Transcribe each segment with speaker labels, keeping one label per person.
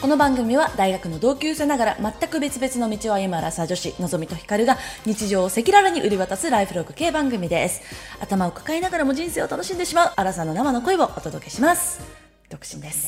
Speaker 1: この番組は大学の同級生ながら全く別々の道を歩むアラサー女子のぞみとひかるが日常を赤裸々に売り渡すライフログ系番組です。頭を抱えながらも人生を楽しんでしまうアラサーの生の声をお届けします。独身です。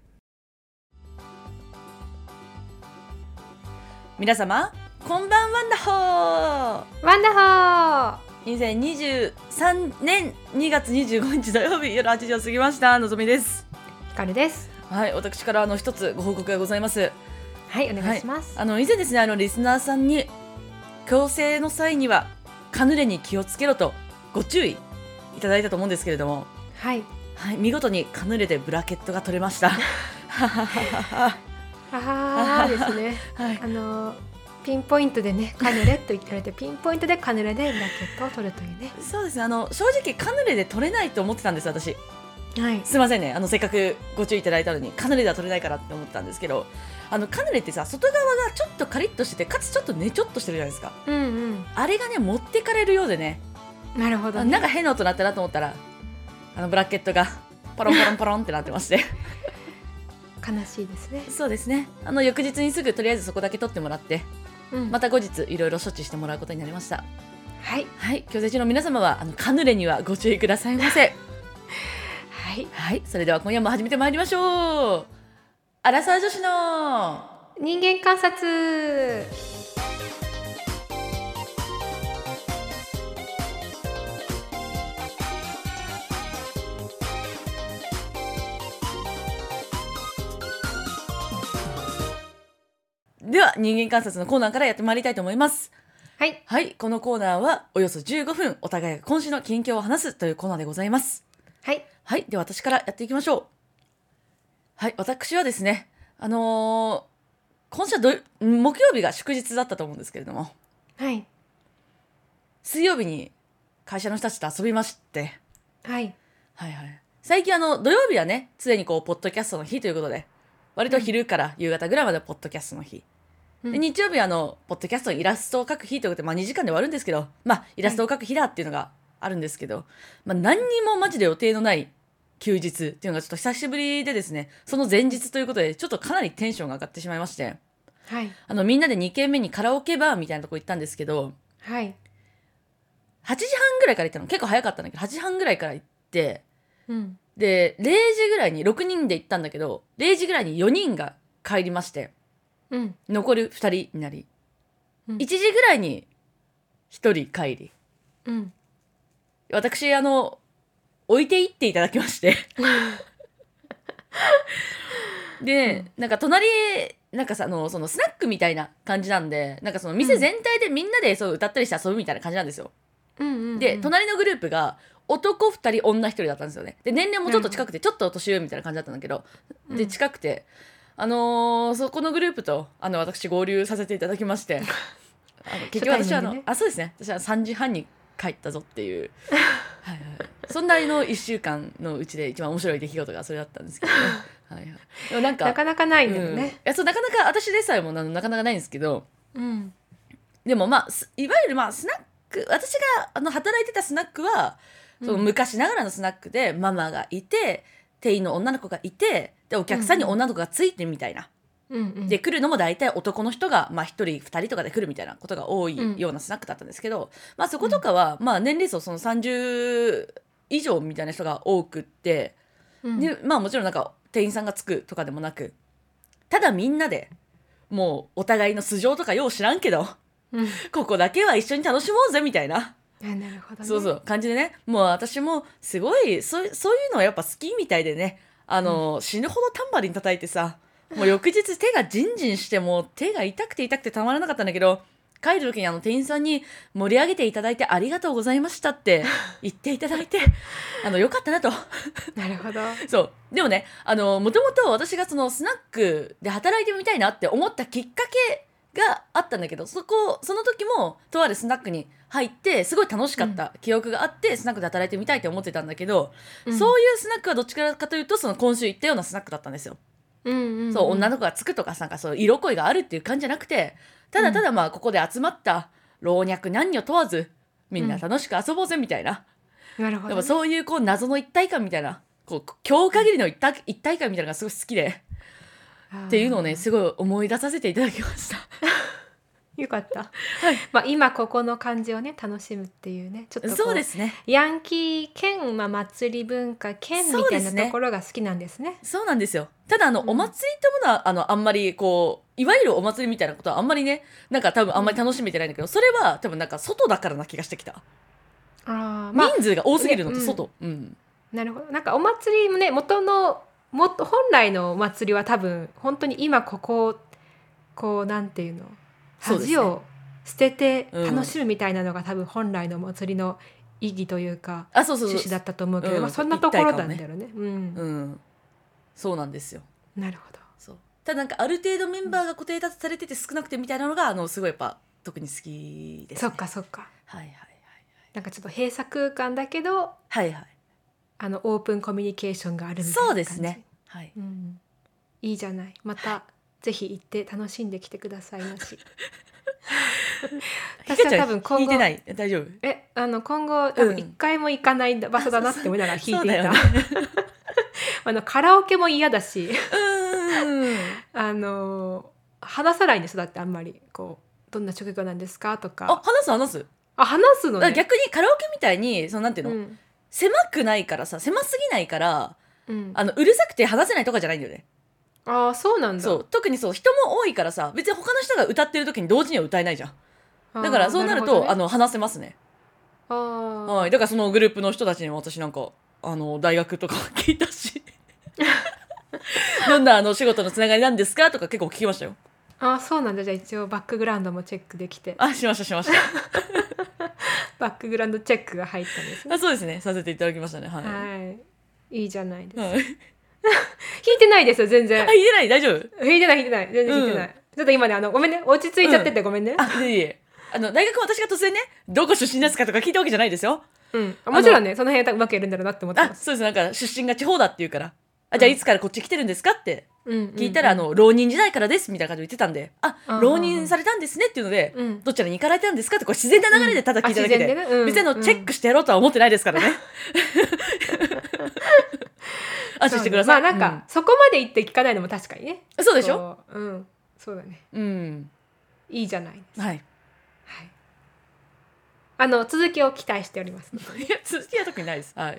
Speaker 1: 皆様こんばんワンダホー
Speaker 2: ワンダホー。
Speaker 1: 2023年2月25日土曜日夜8時を過ぎました。のぞみです。
Speaker 2: ひかるです。
Speaker 1: はい、私から一つご報告がございます。
Speaker 2: はい、お願いします。
Speaker 1: 以前ですね、リスナーさんに矯正の際にはカヌレに気をつけろとご注意いただいたと思うんですけれども、
Speaker 2: はい、
Speaker 1: はい、見事にカヌレでブラケットが取れました。
Speaker 2: ですね、
Speaker 1: はい、
Speaker 2: ピンポイントでねカヌレと言ってられてピンポイントでカヌレでブラケットを取るというね。
Speaker 1: そうですね、正直カヌレで取れないと思ってたんです私。
Speaker 2: はい、
Speaker 1: すいませんね、せっかくご注意いただいたのにカヌレでは取れないからって思ったんですけど、カヌレってさ、外側がちょっとカリッとしててかつちょっとねちょっとしてるじゃないですか。
Speaker 2: うんうん、
Speaker 1: あれがね持ってかれるようでね。
Speaker 2: なるほど、ね、
Speaker 1: なんか変な音鳴ったなと思ったらブラケットがポロンポロンポロンってなってまして
Speaker 2: 悲しいですね。
Speaker 1: そうですね、翌日にすぐとりあえずそこだけ取ってもらって、また後日いろいろ処置してもらうことになりました。
Speaker 2: はい、
Speaker 1: はい、矯正中の皆様はカヌレにはご注意くださいませ。
Speaker 2: はい、
Speaker 1: はい、それでは今夜も始めてまいりましょう。アラサー女子の
Speaker 2: 人間観察。
Speaker 1: では人間観察のコーナーからやってまいりたいと思います。
Speaker 2: はい、
Speaker 1: はい、このコーナーはおよそ15分お互いが今週の近況を話すというコーナーでございます。
Speaker 2: はい、
Speaker 1: はい、では私からやっていきましょう。はい、私はですね、今週は木曜日が祝日だったと思うんですけれども、
Speaker 2: はい、
Speaker 1: 水曜日に会社の人たちと遊びまして、
Speaker 2: はい、
Speaker 1: はいはい、最近土曜日はね常にポッドキャストの日ということで割と昼から夕方ぐらいまでポッドキャストの日、で日曜日はポッドキャストにイラストを描く日ということで、2時間で終わるんですけど、イラストを描く日だっていうのがあるんですけど、何にもマジで予定のない休日っていうのがちょっと久しぶりでですね、その前日ということでちょっとかなりテンションが上がってしまいまして、
Speaker 2: はい、
Speaker 1: みんなで2軒目にカラオケバーみたいなとこ行ったんですけど、
Speaker 2: はい、
Speaker 1: 8時半ぐらいから行ったの。結構早かったんだけど8時半ぐらいから行って、で0時ぐらいに6人で行ったんだけど0時ぐらいに4人が帰りまして、残る2人になり、1時ぐらいに1人帰り、私置いていっていただきましてで、なんか隣なんかさそのスナックみたいな感じなんで、なんかその店全体でみんなでそう歌ったりして遊ぶみたいな感じなんですよ。で隣のグループが男2人女1人だったんですよね。で年齢もちょっと近くてちょっと年上みたいな感じだったんだけど、で近くてそこのグループと私合流させていただきまして結局私はそうですね、私は3時半に帰ったぞっていうはい、はい、そんな1週間のうちで一番面白い出来事がそれだったんですけどね。はい、はい、でもなんか
Speaker 2: なかなかないんだよね。
Speaker 1: いやそうなかなか私でさえもなかなかないんですけど、でもいわゆるスナック、私が働いてたスナックはその昔ながらのスナックでママがいて店員の女の子がいて、でお客さんに女の子がついてみたいな、で来るのも大体男の人が1人2人とかで来るみたいなことが多いようなスナックだったんですけど、そことかは年齢層その30以上みたいな人が多くって、でもちろんなんか店員さんがつくとかでもなく、ただみんなでもうお互いの素性とかよう知らんけど、ここだけは一緒に楽しもうぜみたいな、
Speaker 2: なるほどね、
Speaker 1: そう感じでね、もう私もすごいそういうのはやっぱ好きみたいでね、死ぬほどタンバリン叩いてさ、もう翌日手がジンジンしてもう手が痛くてたまらなかったんだけど、帰る時に店員さんに盛り上げていただいてありがとうございましたって言っていただいてよかったなと。
Speaker 2: なるほど。
Speaker 1: そうでもね、もともと私がそのスナックで働いてみたいなって思ったきっかけがあったんだけど、その時もとあるスナックに入ってすごい楽しかった記憶があって、スナックで働いてみたいって思ってたんだけど、そういうスナックはどっちかというとその今週行ったようなスナックだったんですよ。そう女の子がつくとかなんかそう色恋があるっていう感じじゃなくて、ただただここで集まった老若男女問わずみんな楽しく遊ぼうぜみたいな、
Speaker 2: なるほどね、
Speaker 1: でもそういう謎の一体感みたいな、今日限りの一体感みたいなのがすごい好きで、 っていうのをねすごい思い出させていただきました。
Speaker 2: よかった、
Speaker 1: はい
Speaker 2: まあ、今ここの感じをね楽しむっていうね、ちょっとこ
Speaker 1: そうですね。
Speaker 2: ヤンキー兼、まあ、祭り文化兼みたいなところが好きなんですね。
Speaker 1: そうなんですよ。ただお祭りってものはあんまりこういわゆるお祭りみたいなことはあんまりねなんか多分あんまり楽しめてないんだけど、それは多分なんか外だからな気がしてきた。
Speaker 2: あ、まあ、
Speaker 1: 人数が多すぎるのと
Speaker 2: ね
Speaker 1: 外、うん
Speaker 2: なるほど。なんかお祭りもねもっと本来のお祭りは多分本当に今こうなんていうの
Speaker 1: そうですね
Speaker 2: 恥を捨てて
Speaker 1: うん
Speaker 2: 楽しむみたいなのが多分本来のお祭りの意義というか
Speaker 1: あそうそうそう
Speaker 2: 趣旨だったと思うけど、
Speaker 1: うん
Speaker 2: まあ、そんなところなんだろうね。うん
Speaker 1: うんそうなんですよ。
Speaker 2: なるほど。
Speaker 1: そうただなんかある程度メンバーが固定されてて少なくてみたいなのがすごいやっぱ特に好きです、ね、
Speaker 2: そっかそっか。
Speaker 1: はいはい
Speaker 2: なんかちょっと閉鎖空間だけど
Speaker 1: はいはいはい
Speaker 2: オープンコミュニケーションがあるみたいな
Speaker 1: そう
Speaker 2: 感じ。
Speaker 1: ですね。はい。
Speaker 2: うんいいじゃない。またぜひ行って楽しんできてくださいまし。私は多分今後
Speaker 1: 聞いてない大丈夫。
Speaker 2: 今後多分一回も行かない場所だなって思いながら弾いていた。カラオケも嫌だし話さないんですよ。だってあんまりこうどんな職業なんですかとか
Speaker 1: 話す
Speaker 2: 話すのね。
Speaker 1: 逆にカラオケみたいになんていうの、狭くないからさ狭すぎないから、うるさくて話せないとかじゃないんだよね。
Speaker 2: ああそうなんだ。
Speaker 1: そう特に人も多いからさ別に他の人が歌ってる時に同時には歌えないじゃん。だからそうなると話せますね。はい、だからそのグループの人たちにも私なんか大学とか聞いたしどんな仕事のつながりなんですかとか結構聞きましたよ。
Speaker 2: あそうなんだ。じゃあ一応バックグラウンドもチェックできて。
Speaker 1: しました
Speaker 2: バックグラウンドチェックが入ったんですね。
Speaker 1: そうですねさせていただきましたね。はい、
Speaker 2: はい、いいじゃないですか、
Speaker 1: はい、
Speaker 2: 弾いてないですよ全然。
Speaker 1: 弾いてない大丈夫。
Speaker 2: 弾いてない全然弾いてない、ちょっと今ねごめんね落ち着いちゃっててごめんね。
Speaker 1: いえ大学私が突然ねどこ出身ですかとか聞いたわけじゃないですよ。
Speaker 2: もちろんねその辺はうまくやるんだろうなって思ってます。
Speaker 1: そうですなんか出身が地方だって言うからじゃあいつからこっち来てるんですかって聞いたら、浪人時代からですみたいな感じで言ってたんで浪人されたんですねっていうので、どちらに行かれたんですかってこれ自然な流れでただ聞いただけで、別にチェックしてやろうとは思ってないですからね。安心してください。
Speaker 2: まあなんか、そこまで行って聞かないのも確かにね。
Speaker 1: そうでしょ。
Speaker 2: そうだね。
Speaker 1: い
Speaker 2: いいじゃないですか。
Speaker 1: はい。
Speaker 2: 続きを期待しております。
Speaker 1: いや続きは特にないです。はい。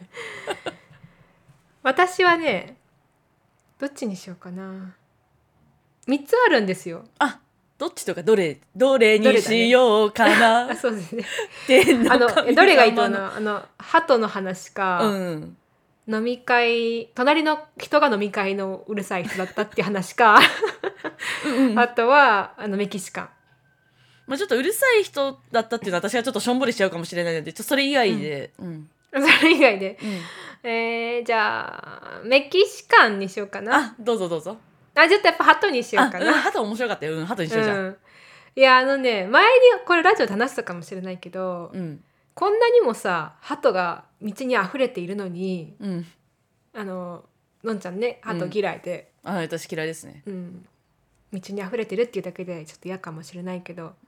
Speaker 2: 私はねどっちにしようかな。3つあるんですよ。
Speaker 1: どっちとかどれにしようかな。
Speaker 2: そうですね。
Speaker 1: ど
Speaker 2: れがいいと鳩の話か、飲み会隣の人が飲み会のうるさい人だったっていう話かあとはメキシカン。
Speaker 1: ちょっとうるさい人だったっていうのは私はちょっとしょんぼりしちゃうかもしれないのでそれ以外で、
Speaker 2: それ以外で、じゃあメキシカンにしようかな。
Speaker 1: どうぞどうぞ。
Speaker 2: ちょっとやっぱ鳩にしようかな。
Speaker 1: 鳩面白かったよ。鳩にしようじゃん。
Speaker 2: いや前にこれラジオで話したかもしれないけど、こんなにもさ鳩が道に溢れているのに、のんちゃんね鳩嫌いで、
Speaker 1: 私嫌いですね。
Speaker 2: 道に溢れてるっていうだけでちょっと嫌かもしれないけど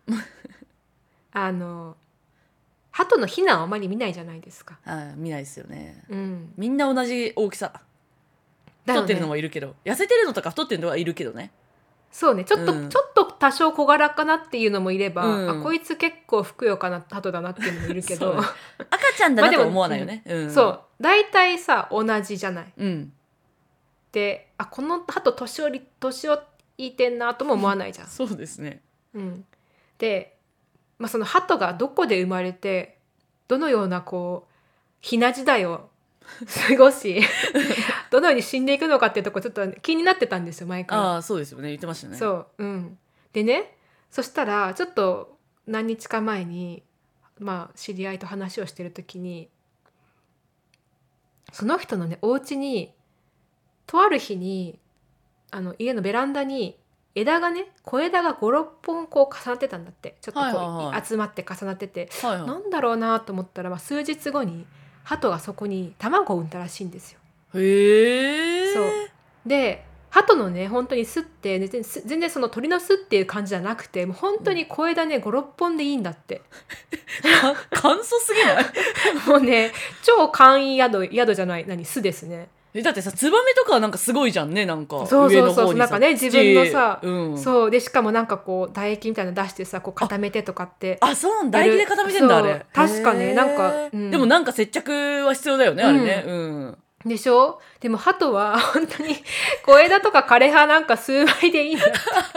Speaker 2: 鳩のヒナはあまり見ないじゃないですか。
Speaker 1: 見ないですよね。
Speaker 2: み
Speaker 1: んな同じ大きさ。太ってるのもいるけど、痩せてるのとか太ってるのはいるけどね。
Speaker 2: そうねちょっと多少小柄かなっていうのもいれば、こいつ結構ふくよかな鳩だなっていうのもいるけど
Speaker 1: 赤ちゃんだなとは思わないよね。
Speaker 2: そう大体さ同じじゃない。でこの鳩年いいてんなとも思わないじゃん。
Speaker 1: そうですね。
Speaker 2: で、その鳩がどこで生まれてどのようなひな時代を過ごしどのように死んでいくのかっていうところちょっと気になってたんですよ前から。
Speaker 1: そうですよね言ってましたね。
Speaker 2: でねそしたらちょっと何日か前に知り合いと話をしてる時にその人のねお家にとある日に家のベランダに小枝が 5,6 本重なってたんだって。ちょっと集まって重なってて、なんだろうなと思ったら、数日後に鳩がそこに卵を産んだらしいんですよ。
Speaker 1: へえ。
Speaker 2: そうで鳩のね本当に巣って全然その鳥の巣っていう感じじゃなくてもう本当に小枝ね 5,6 本でいいんだって
Speaker 1: 簡素すぎない
Speaker 2: もうね超簡易宿じゃない巣ですね。
Speaker 1: だってさツバメとかはなんかすごいじゃんね、なんか
Speaker 2: そう
Speaker 1: 上
Speaker 2: そうそう、
Speaker 1: の方にさ
Speaker 2: なんかね自分のさ、
Speaker 1: うん、
Speaker 2: そうでしかもなんかこう唾液みたいなの出してさこう固めてとかって
Speaker 1: あそうなんだ、唾液で固めてんだあれ。
Speaker 2: 確かねなんか、
Speaker 1: でもなんか接着は必要だよね、あれね。
Speaker 2: でしょ。でも鳩は本当に小枝とか枯れ葉なんか数枚でいいんだって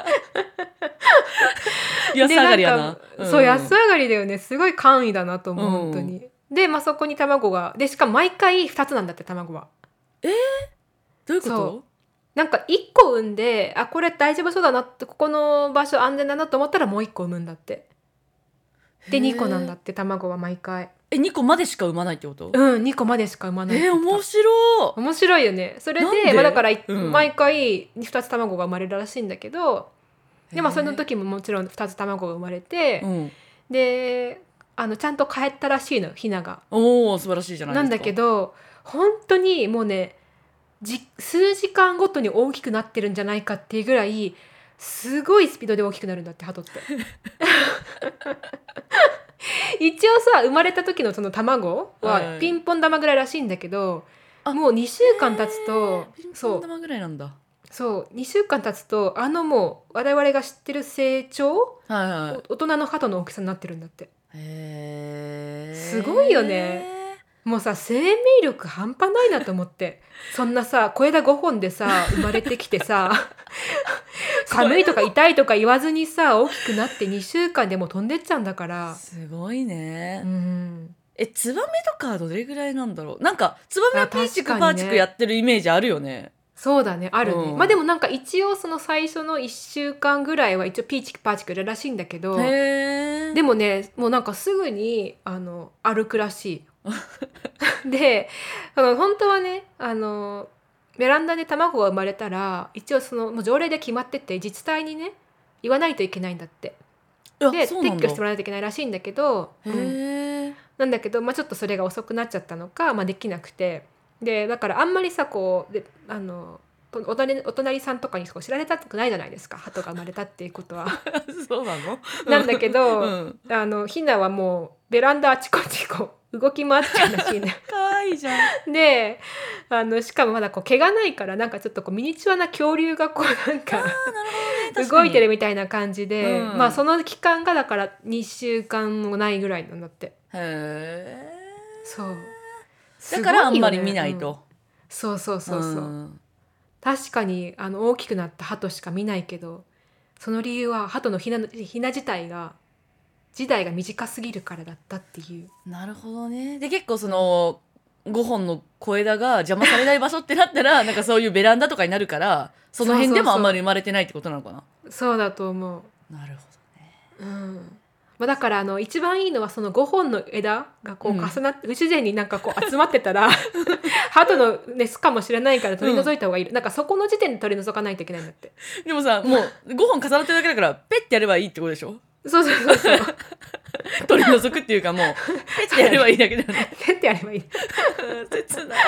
Speaker 1: 安上がりやな。
Speaker 2: そう安上がりだよね。すごい簡易だなと思う、本当に。で、そこに卵がでしかも毎回2つなんだって卵は。
Speaker 1: どういうこと？
Speaker 2: なんか1個産んでこれ大丈夫そうだなってここの場所安全だなと思ったらもう1個産むんだって。で2個なんだって卵は毎回。
Speaker 1: 2個までしか産まないってこと？
Speaker 2: 2個までしか産まないって言った。面白いよね。それでだから、毎回2つ卵が生まれるらしいんだけど、でその時ももちろん2つ卵が生まれて、でちゃんと帰ったらしいの、ヒナが。
Speaker 1: 素晴らしいじゃないですか。
Speaker 2: なんだけど本当にもうね数時間ごとに大きくなってるんじゃないかっていうぐらいすごいスピードで大きくなるんだって、鳩って一応さ生まれた時のその卵はピンポン玉ぐらいらしいんだけど、もう2週間経つと、
Speaker 1: ピンポン玉ぐらいなんだ。
Speaker 2: そう2週間経つともう我々が知ってる成長、大人の鳩の大きさになってるんだって。すごいよね。もうさ生命力半端ないなと思って。そんなさ小枝5本でさ生まれてきてさ寒いとか痛いとか言わずにさ大きくなって2週間でもう飛んでっちゃうんだから。
Speaker 1: すごいね。ツバメとかはどれぐらいなんだろう。なんかツバメはピーチクパーチクやってるイメージあるよね。
Speaker 2: そうだね、あるね。でもなんか一応その最初の1週間ぐらいは一応ピーチクパーチクいるらしいんだけど、でもねもうなんかすぐに歩くらしいで本当はねベランダで卵が生まれたら一応そのもう条例で決まってて自治体にね言わないといけないんだって。で撤去してもらわないといけないらしいんだけど、なんだけどちょっとそれが遅くなっちゃったのか、できなくて。でだからあんまりさこうでお隣さんとかに知られたくないじゃないですか、鳩が生まれたっていうことは
Speaker 1: そうなの？
Speaker 2: なんだけど、ヒナはもうベランダあちこちこう動き回っちゃうらしいね
Speaker 1: かわいいじゃん。
Speaker 2: でしかもまだこう毛がないからなんかちょっとこうミニチュアな恐竜がこうなんか動いてるみたいな感じで、その期間がだから2週間もないぐらいなんだって。そう
Speaker 1: だからあんまり見ないと。
Speaker 2: そうそうそうそう、確かに大きくなった鳩しか見ないけど、その理由は鳩のヒナ自体が時代が短すぎるからだったっていう。
Speaker 1: なるほどね。で結構その5本の小枝が邪魔されない場所ってなったらなんかそういうベランダとかになるからその辺でもあんまり生まれてないってことなのかな。
Speaker 2: そうだと思
Speaker 1: う。なるほどね。
Speaker 2: だから一番いいのはその5本の枝がこう重なって、不自然になんかこう集まってたら鳩のね巣かもしれないから取り除いた方がいい、なんかそこの時点で取り除かないといけないんだって。
Speaker 1: でもさもう5本重なってるだけだからペッてやればいいってことでしょ。
Speaker 2: そう
Speaker 1: 取り除くっていうかもうペッてやればいいだけだよね。
Speaker 2: ペッてやればいい
Speaker 1: 切ない、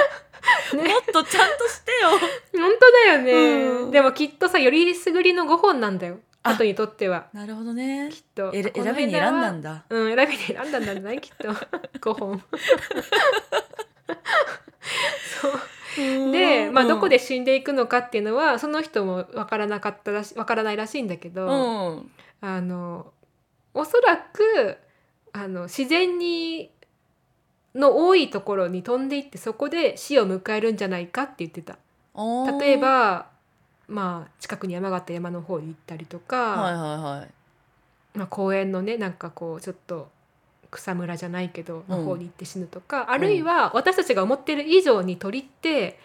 Speaker 1: もっとちゃんとしてよ。
Speaker 2: 本当だよね、でもきっとさよりすぐりの5本なんだよ鳩にとっては。
Speaker 1: なるほどね。
Speaker 2: きっと
Speaker 1: 選びに選んだんだ。
Speaker 2: 選びに選んだんじゃないきっと5本そうでどこで死んでいくのかっていうのはその人も分からないらしいんだけど、おそらく自然の多いところに飛んでいってそこで死を迎えるんじゃないかって言ってた。例えば近くに山があった山の方に行ったりとか、公園のねなんかこうちょっと草むらじゃないけどの方に行って死ぬとか、あるいは私たちが思ってる以上に鳥って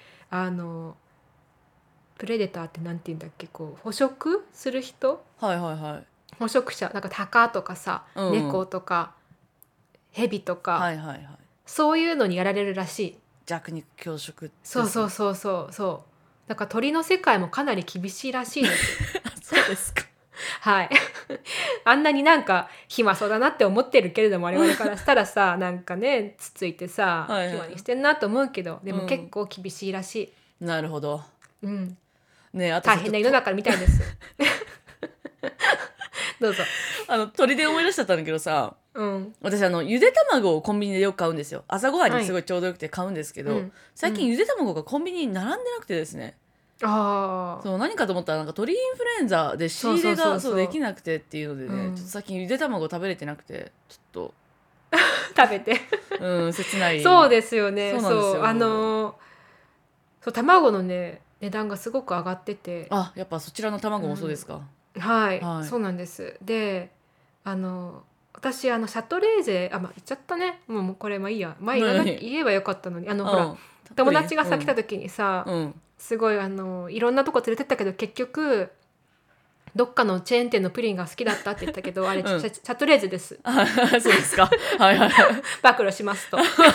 Speaker 2: プレデターってなんて言うんだっけ、こう捕食する人、捕食者なんか鷹とかさ、猫とか蛇とか、そういうのにやられるらしい。
Speaker 1: 弱肉強食って。
Speaker 2: そうだから鳥の世界もかなり厳しいらしいです
Speaker 1: そうですか
Speaker 2: はいあんなになんか暇そうだなって思ってるけれども我々からしたらさなんかねつついてさ暇にしてんなと思うけど、でも結構厳しいらしい。
Speaker 1: なるほど。ね、
Speaker 2: 大変な世の中みたいですどうぞ。
Speaker 1: 鳥で思い出しちゃったんだけどさ、 私ゆで卵をコンビニでよく買うんですよ。朝ごはんにすごいちょうどよくて買うんですけど、最近ゆで卵がコンビニに並んでなくてですね、そう何かと思ったらなんか鳥インフルエンザで仕入れができなくてっていうのでね、ちょっと最近ゆで卵食べれてなくてちょっと
Speaker 2: 食べて
Speaker 1: 切ない。
Speaker 2: そうですよね。
Speaker 1: そうなんですよ。
Speaker 2: そう卵のね値段がすごく上がってて、
Speaker 1: やっぱそちらの卵もそうですか。
Speaker 2: はい、そうなんです。で私シャトレーゼ言っちゃったね。もうこれいいや、言えばよかったのにほら友達がさ来た時にさ、すごいいろんなとこ連れてったけど結局どっかのチェーン店のプリンが好きだったって言ったけどあれ、シャトレーゼです。
Speaker 1: そうですか。はいはい。
Speaker 2: 暴露しますと。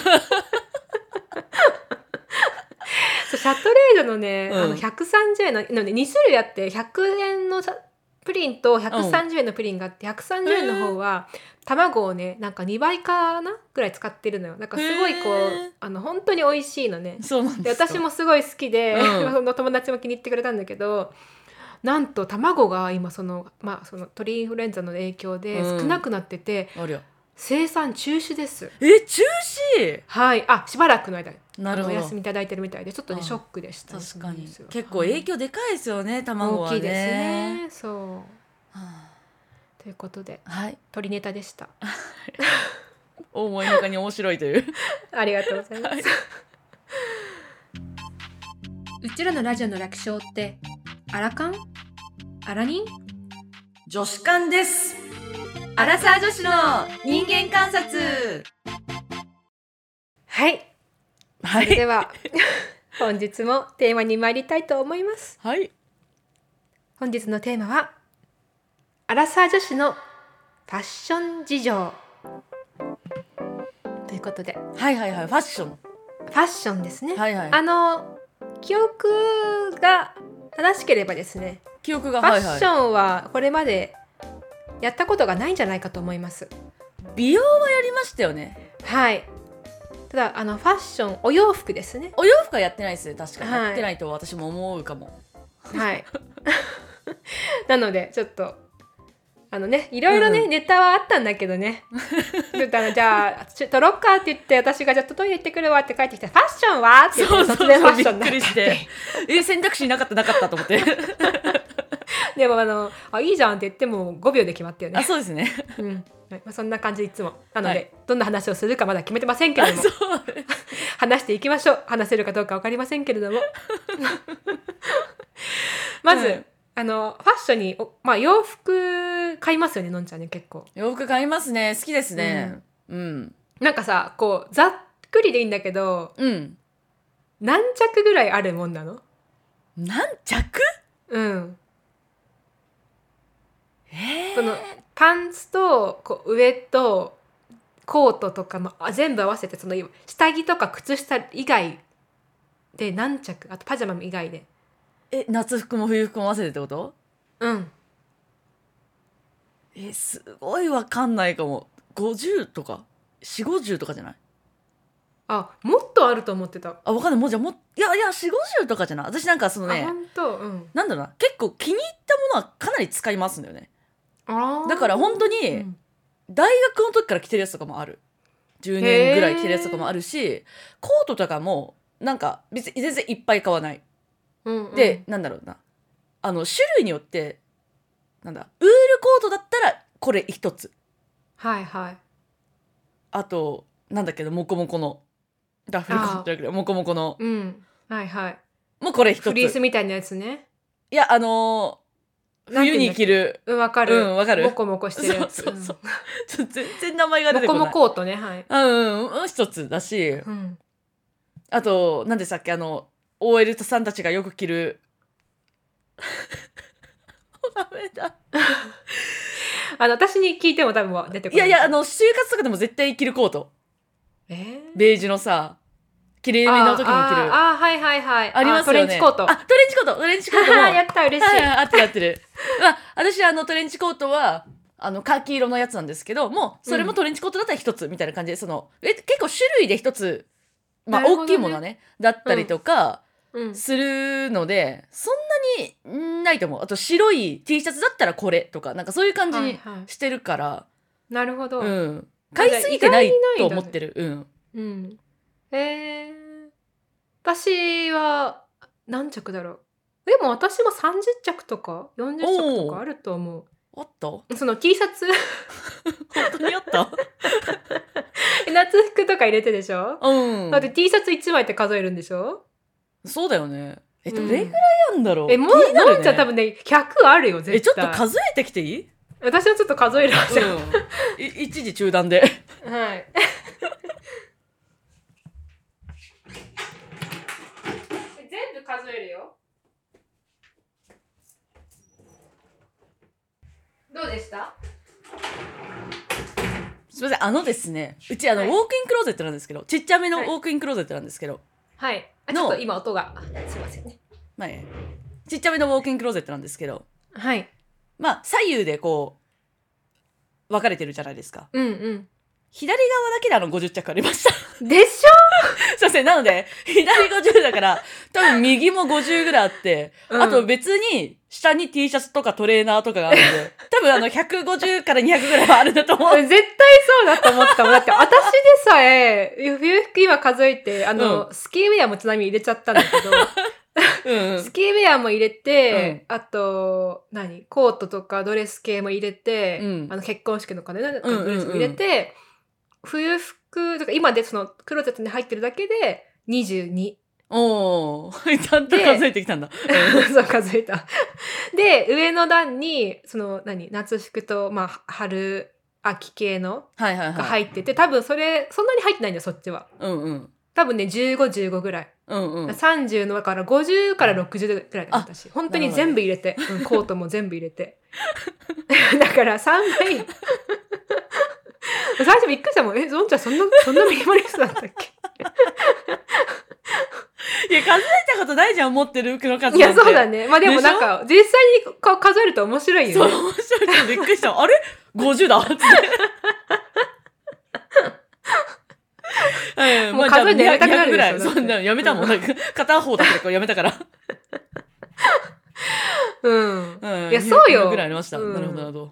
Speaker 2: シャトレーゼのね、130円のね2種類あって、100円のプリンと130円のプリンがあって、130円の方は卵をねなんか2倍かなぐらい使ってるのよ。なんかすごい本当に美味しいのね。
Speaker 1: そうなんですか。
Speaker 2: で私もすごい好きで、その友達も気に入ってくれたんだけど、なんと卵が今その鳥インフルエンザの影響で少なくなってて、生産中止です。
Speaker 1: 中止？
Speaker 2: はい。しばらくの間
Speaker 1: お
Speaker 2: 休みいただいてるみたいで、ちょっとねショックでした。
Speaker 1: 確かに結構影響でかいですよね、卵はね。
Speaker 2: 大きいですね。そう、ということで、鳥ネタでした。
Speaker 1: 思いのほかに面白いという
Speaker 2: ありがとうございます。うちらのラジオの略称ってアラカン？アラニン？
Speaker 1: 女子館です。アラサー女子の人間観察。
Speaker 2: はい、それでは本日もテーマに参りたいと思います。本日のテーマはアラサー女子のファッション事情ということで、
Speaker 1: ファッション
Speaker 2: ですね。記憶が正しければですね、
Speaker 1: ファ
Speaker 2: ッションはこれまでやったことがないんじゃないかと思います。
Speaker 1: 美容はやりましたよね。
Speaker 2: はい。ただファッション、お洋服ですね。
Speaker 1: お洋服はやってないですね。確かにやってないと私も思うかも。
Speaker 2: なのでちょっといろいろね、ネタはあったんだけどねちょっとじゃあ撮ろっかって言って、私がじゃあトイレ行ってくるわって帰ってきて、ファッションはって言って突然ファッションになって、びっくりして
Speaker 1: 選択肢なかったと思って
Speaker 2: でもいいじゃんって言っても5秒で決まったよね。
Speaker 1: そうですね。
Speaker 2: そんな感じでいつもなので、どんな話をするかまだ決めてませんけれども話していきましょう。話せるかどうか分かりませんけれどもまず、ファッションに洋服買いますよね、のんちゃんね。結構
Speaker 1: 洋服買いますね。好きですね。
Speaker 2: なんかさ、ざっくりでいいんだけど、何着ぐらいあるもんなの？
Speaker 1: 何着？
Speaker 2: そのパンツと上とコートとかも全部合わせて、その下着とか靴下以外で何着、あとパジャマ以外で。
Speaker 1: 夏服も冬服も合わせてってこと？すごいわかんないかも。50とか4、50とかじゃない？
Speaker 2: もっとあると思ってた。
Speaker 1: わかんない。もうじゃあ4、50とかじゃない？私なんかそのね、なんだろうな、結構気に入ったものはかなり使いますんだよね。だから本当に、大学の時から着てるやつとかもある。10年ぐらい着てるやつとかもあるし、コートとかもなんか別に全然いっぱい買わない。で、なんだろうな、種類によって、ウールコートだったらこれ一つ。あとなんだけど、モコモコのダッフルコートだけどモコモコの、もうこれ一つ。
Speaker 2: フリースみたいなやつね。
Speaker 1: いや、冬に着る。
Speaker 2: わかる。
Speaker 1: わかる。
Speaker 2: モコモコしてるやつ。
Speaker 1: 全然名前が出てこない。
Speaker 2: モコモコートね。
Speaker 1: 一つだし、あと何でしたっけ、OL さんたちがよく着るダメだ
Speaker 2: 私に聞いても多分出てこない。
Speaker 1: いや就活とかでも絶対着るコート。ベージュのさ、きれいめの時に着る。ありますよね。
Speaker 2: トレンチコート。
Speaker 1: トレンチコートも
Speaker 2: やった、嬉しい。
Speaker 1: 合ってる。私トレンチコートはカーキ色のやつなんですけども、それもトレンチコートだったら一つみたいな感じで、結構種類で一つ、大きいものはねだったりとかするので、そんなにないと思う。あと白い T シャツだったらこれとか、なんかそういう感じにしてるから、
Speaker 2: なるほど。
Speaker 1: うん、買いすぎてないと思ってる。
Speaker 2: うん。私は何着だろう。でも私も30着とか40着とかあると思う。
Speaker 1: あった？
Speaker 2: その T シャツ
Speaker 1: 本当にあった？
Speaker 2: 夏服とか入れてでしょ。だって T シャツ1枚って数えるんでしょ。
Speaker 1: そうだよね。どれぐらいあんだろう。
Speaker 2: もうのんちゃん多分ね100あるよ絶対。
Speaker 1: ちょっと数えてきていい？
Speaker 2: 私はちょっと数えるわじゃん。
Speaker 1: 一時中断で。
Speaker 2: はい。全部数えるよ。どうでした？
Speaker 1: すみません、ですね、うちウォークインクローゼットなんですけど、ちっちゃめのウォークインクローゼットなんですけど、
Speaker 2: はい。ちょっと今音がすいませんね。
Speaker 1: はい。ちっちゃめのウォークインクローゼットなんですけど、
Speaker 2: はい。
Speaker 1: まあ左右でこう分かれてるじゃないですか。
Speaker 2: うんうん。
Speaker 1: 左側だけで50着ありました。
Speaker 2: でしょ？
Speaker 1: すいません、なので左50だから多分右も50ぐらいあって、あと別に下に T シャツとかトレーナーとかがあるんで、多分150から200ぐらいはあるんだと思う。
Speaker 2: 絶対そうだと思ったもん。だって私でさえ冬服今数えてスキーウェアもちなみに入れちゃったんだけどスキーウェアも入れて、あとコートとかドレス系も入れて、結婚式のかねドレスも入れて、冬服とか今でそのクローゼットに入ってるだけで22。
Speaker 1: おー、ちゃんと数えてきたんだ。
Speaker 2: そう数えた。で上の段にその夏服と春秋系のが入ってて、多分そんなに入ってないんだよそっちは。多分ね15ぐらい。30のだから50から60ぐらいだったし、本当に全部入れて、コートも全部入れてだから3枚最初びっくりしたもん。ゾンちゃんそんなミニマリストだったっけ
Speaker 1: いや数えたことないじゃん、持ってる服の数なんて。
Speaker 2: いやそうだね。まあでもなんか実際に数えると面白いよね。
Speaker 1: そう面白い。びっくりした。あれ50だってもう数えてやめたくなるでしょ。そんなやめたもん。片方だけこれやめたから
Speaker 2: いやそうよ
Speaker 1: ぐらいありました。なるほどなるほど。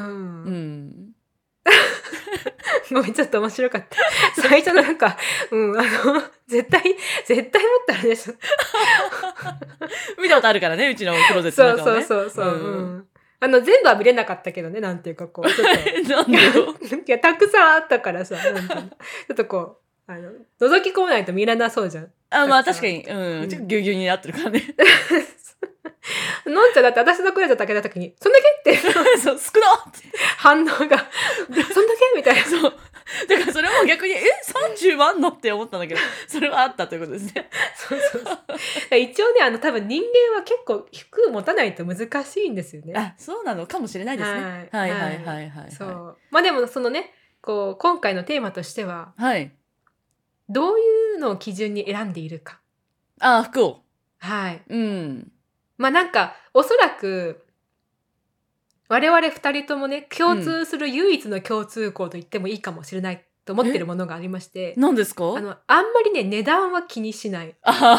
Speaker 2: ごめんちょっと面白かった。最初のなんか絶対持ったらでしょ
Speaker 1: 見たことあるからね、うちのクローゼットの中はね。
Speaker 2: そう全部は見れなかったけどね、なんていうかこうちょっと
Speaker 1: なんでよ
Speaker 2: いやたくさんあったからさ、ちょっとこう覗き込まないと見らなそうじゃん。
Speaker 1: まあ確かにちょっとギュギュになってるからね
Speaker 2: のんちゃんだって私のクローゼット開けた時にそんだけって
Speaker 1: そう少なって
Speaker 2: 反応がそんだけみたいな。
Speaker 1: そうだからそれも逆に30万のって思ったんだけど、それはあったということですね。
Speaker 2: そう一応ね多分人間は結構服持たないと難しいんですよね。
Speaker 1: あ、そうなのかもしれないですね。はいはいはいはい。
Speaker 2: そうまあでもそのねこう今回のテーマとしては、どういうのを基準に選んでいるか。
Speaker 1: 服を。
Speaker 2: まあなんかおそらく我々2人ともね共通する唯一の共通項と言ってもいいかもしれないと思ってるものがありまして。
Speaker 1: 何ですか？
Speaker 2: あんまりね値段は気にしない。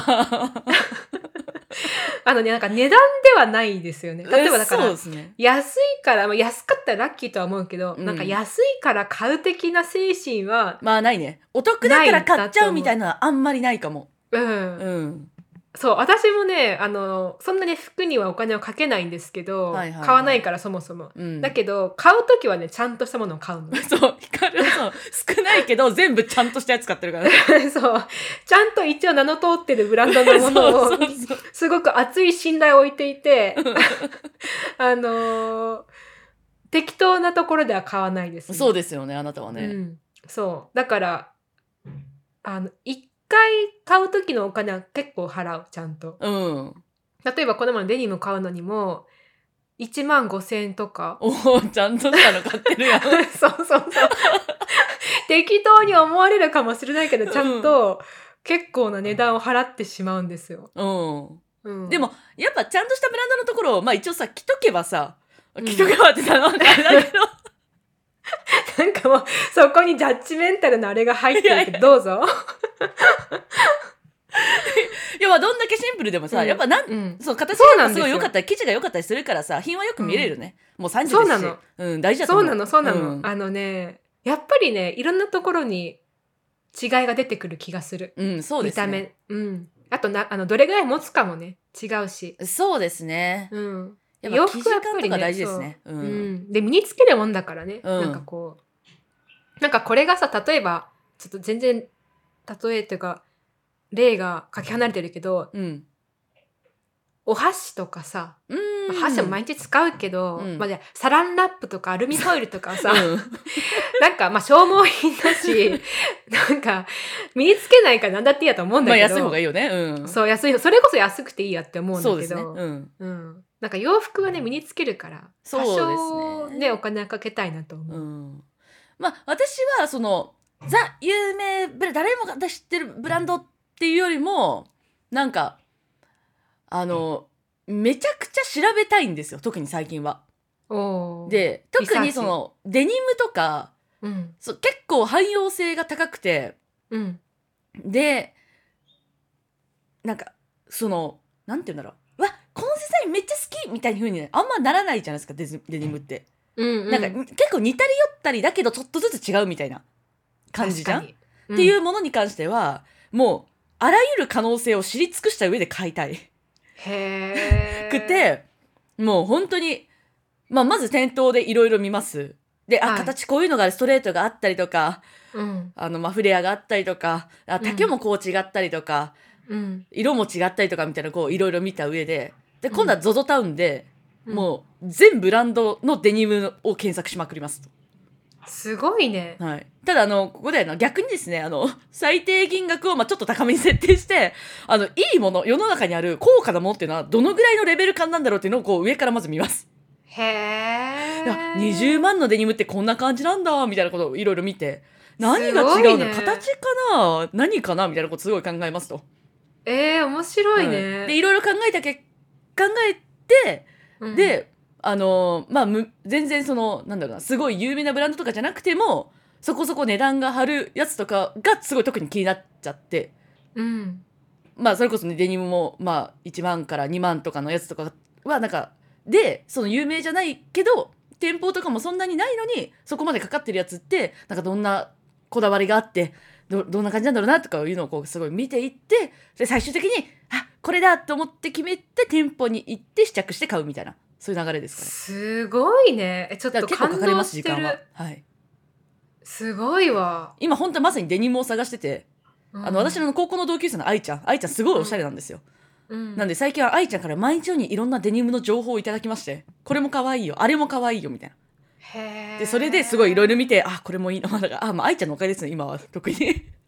Speaker 2: なんか値段ではないですよね。例えばだから、安いから、安かったらラッキーとは思うけど、なんか安いから買う的な精神は
Speaker 1: まあないね。お得だから買っちゃうみたいなのはあんまりないかも。そう
Speaker 2: 私もねそんなに服にはお金をかけないんですけど、買わないからそもそも、だけど買う時はねちゃんとしたものを買うの。
Speaker 1: そう光はそう少ないけど全部ちゃんとしたやつ買ってるからね
Speaker 2: そうちゃんと一応名の通ってるブランドのものをすごく熱い信頼を置いていて適当なところでは買わないですね。
Speaker 1: そうですよね、あなたはね。
Speaker 2: そうだから一回買う時のお金は結構払うちゃんと。例えばこの前デニム買うのにも15,000円とか。
Speaker 1: ちゃんとしたの買ってるやん
Speaker 2: そう適当に思われるかもしれないけどちゃんと結構な値段を払ってしまうんですよ。
Speaker 1: でもやっぱちゃんとしたブランドのところを一応さ着とけばさ、着とけばってさなんかあれだけど
Speaker 2: なんかもうそこにジャッジメンタルなあれが入ってるけどどうぞ
Speaker 1: いやまあどんだけシンプルでもさ、やっぱそう形がすごい良かったり生地が良かったりするからさ、品はよく見れるよね、もう30ですし、
Speaker 2: そうなの、
Speaker 1: 大事だと思う。
Speaker 2: そうなの、やっぱりね、いろんなところに違いが出てくる気がする。
Speaker 1: そうですね。
Speaker 2: 見た目、あとどれぐらい持つかもね違うし。
Speaker 1: そうですね。
Speaker 2: やっぱ生地感とか
Speaker 1: 大事ですね。
Speaker 2: で身につけるもんだからね。なんかこれがさ、例えばちょっと全然例えというか例がかけ離れてるけど、お箸とかさ、箸も毎日使うけど、じゃあサランラップとかアルミホイルとかさ、なんか消耗品だし、なんか身につけないからなんだっていいやと思うんだけど、
Speaker 1: 安い方がいいよね。
Speaker 2: そう、安い、それこそ安くていいやって思うんだけど、
Speaker 1: そうですね。
Speaker 2: なんか洋服はね身につけるから多少ねお金かけたいなと思う。
Speaker 1: 私はそのザ有名誰もが知ってるブランドっていうよりもなんかめちゃくちゃ調べたいんですよ、特に最近は。で特にそのデニムとか、結構汎用性が高くて、でなんかそのなんて言うんだろう、このデザインめっちゃ好きみたいな風に、あんまならないじゃないですか、デニムって。なんか結構似たり寄ったりだけどちょっとずつ違うみたいな感じじゃん、っていうものに関してはもうあらゆる可能性を知り尽くした上で買いたいくて、もう本当に、まず店頭でいろいろ見ます。で、形こういうのがストレートがあったりとか、フレアがあったりとか、丈もこう違ったりとか、色も違ったりとかみたいな、こういろいろ見た上で、今度は ZOZO タウンで、もう全ブランドのデニムを検索しまくります。
Speaker 2: すごいね。
Speaker 1: ただここで逆にですね、最低金額をちょっと高めに設定して、いいもの、世の中にある高価なものっていうのはどのぐらいのレベル感なんだろうっていうのをこう上からまず見ます。20万のデニムってこんな感じなんだみたいなことをいろいろ見て、何が違うの、形かな、何かなみたいなことすごい考えますと。
Speaker 2: 面白いね。
Speaker 1: でいろいろ考えて、で全然そのなんだろうな、すごい有名なブランドとかじゃなくてもそこそこ値段が張るやつとかがすごい特に気になっちゃって、それこそね、デニムも1万から2万とかのやつとかはなんかで、その有名じゃないけど店舗とかもそんなにないのにそこまでかかってるやつってなんかどんなこだわりがあってどんな感じなんだろうなとかいうのをこうすごい見ていって、で最終的にこれだと思って決めて店舗に行って試着して買うみたいな、そういう流れですかね。
Speaker 2: すごいね。ちょっと感動してる。結構かかります、時間は。すごいわ。
Speaker 1: 今本当まさにデニムを探してて、私の高校の同級生の愛ちゃんすごいおしゃれなんですよ。なんで最近は愛ちゃんから毎日のようにいろんなデニムの情報をいただきまして、これも可愛いよ、あれも可愛いよみたいな。でそれですごいいろいろ見て、これもいいの、愛ちゃんのおかげですね、今は特に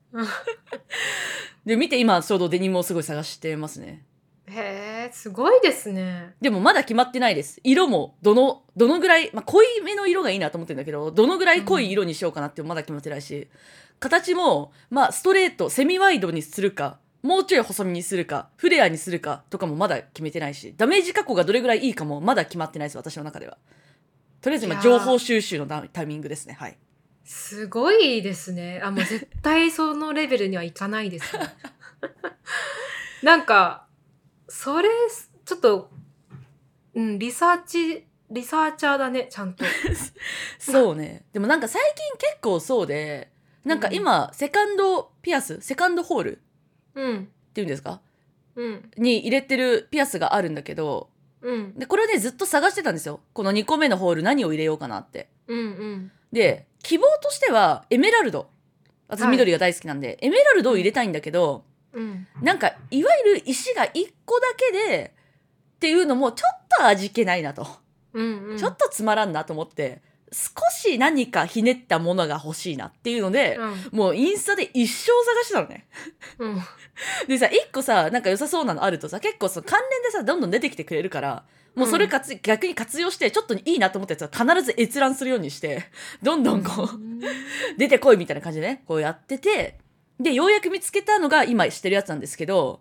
Speaker 1: で見て今ちょうどデニムをすごい探してますね。
Speaker 2: すごいですね。
Speaker 1: でもまだ決まってないです。色もどのぐらい、濃いめの色がいいなと思ってるんだけど、どのぐらい濃い色にしようかなってまだ決まってないし、形もストレートセミワイドにするか、もうちょい細身にするか、フレアにするかとかもまだ決めてないし、ダメージ加工がどれぐらいいいかもまだ決まってないです、私の中では。とりあえず今情報収集のタイミングですね。
Speaker 2: すごいですね。もう絶対そのレベルにはいかないですねなんかそれちょっと、リサーチャーだね、ちゃんと
Speaker 1: そうね。でもなんか最近結構そうで、なんか今、セカンドピアス、セカンドホールっていうんですか、に入れてるピアスがあるんだけど、でこれをねずっと探してたんですよ、この2個目のホール何を入れようかなって。で希望としてはエメラルド、私緑が大好きなんで、エメラルドを入れたいんだけど、なんかいわゆる石が1個だけでっていうのもちょっと味気ないなと、ちょっとつまらんなと思って、少し何かひねったものが欲しいなっていうので、もうインスタで一生探してたのね、でさ、1個さなんか良さそうなのあるとさ、結構その関連でさどんどん出てきてくれるから、もうそれ逆に活用して、ちょっといいなと思ったやつは必ず閲覧するようにしてどんどんこう出てこいみたいな感じでね、こうやってて、でようやく見つけたのが今してるやつなんですけど、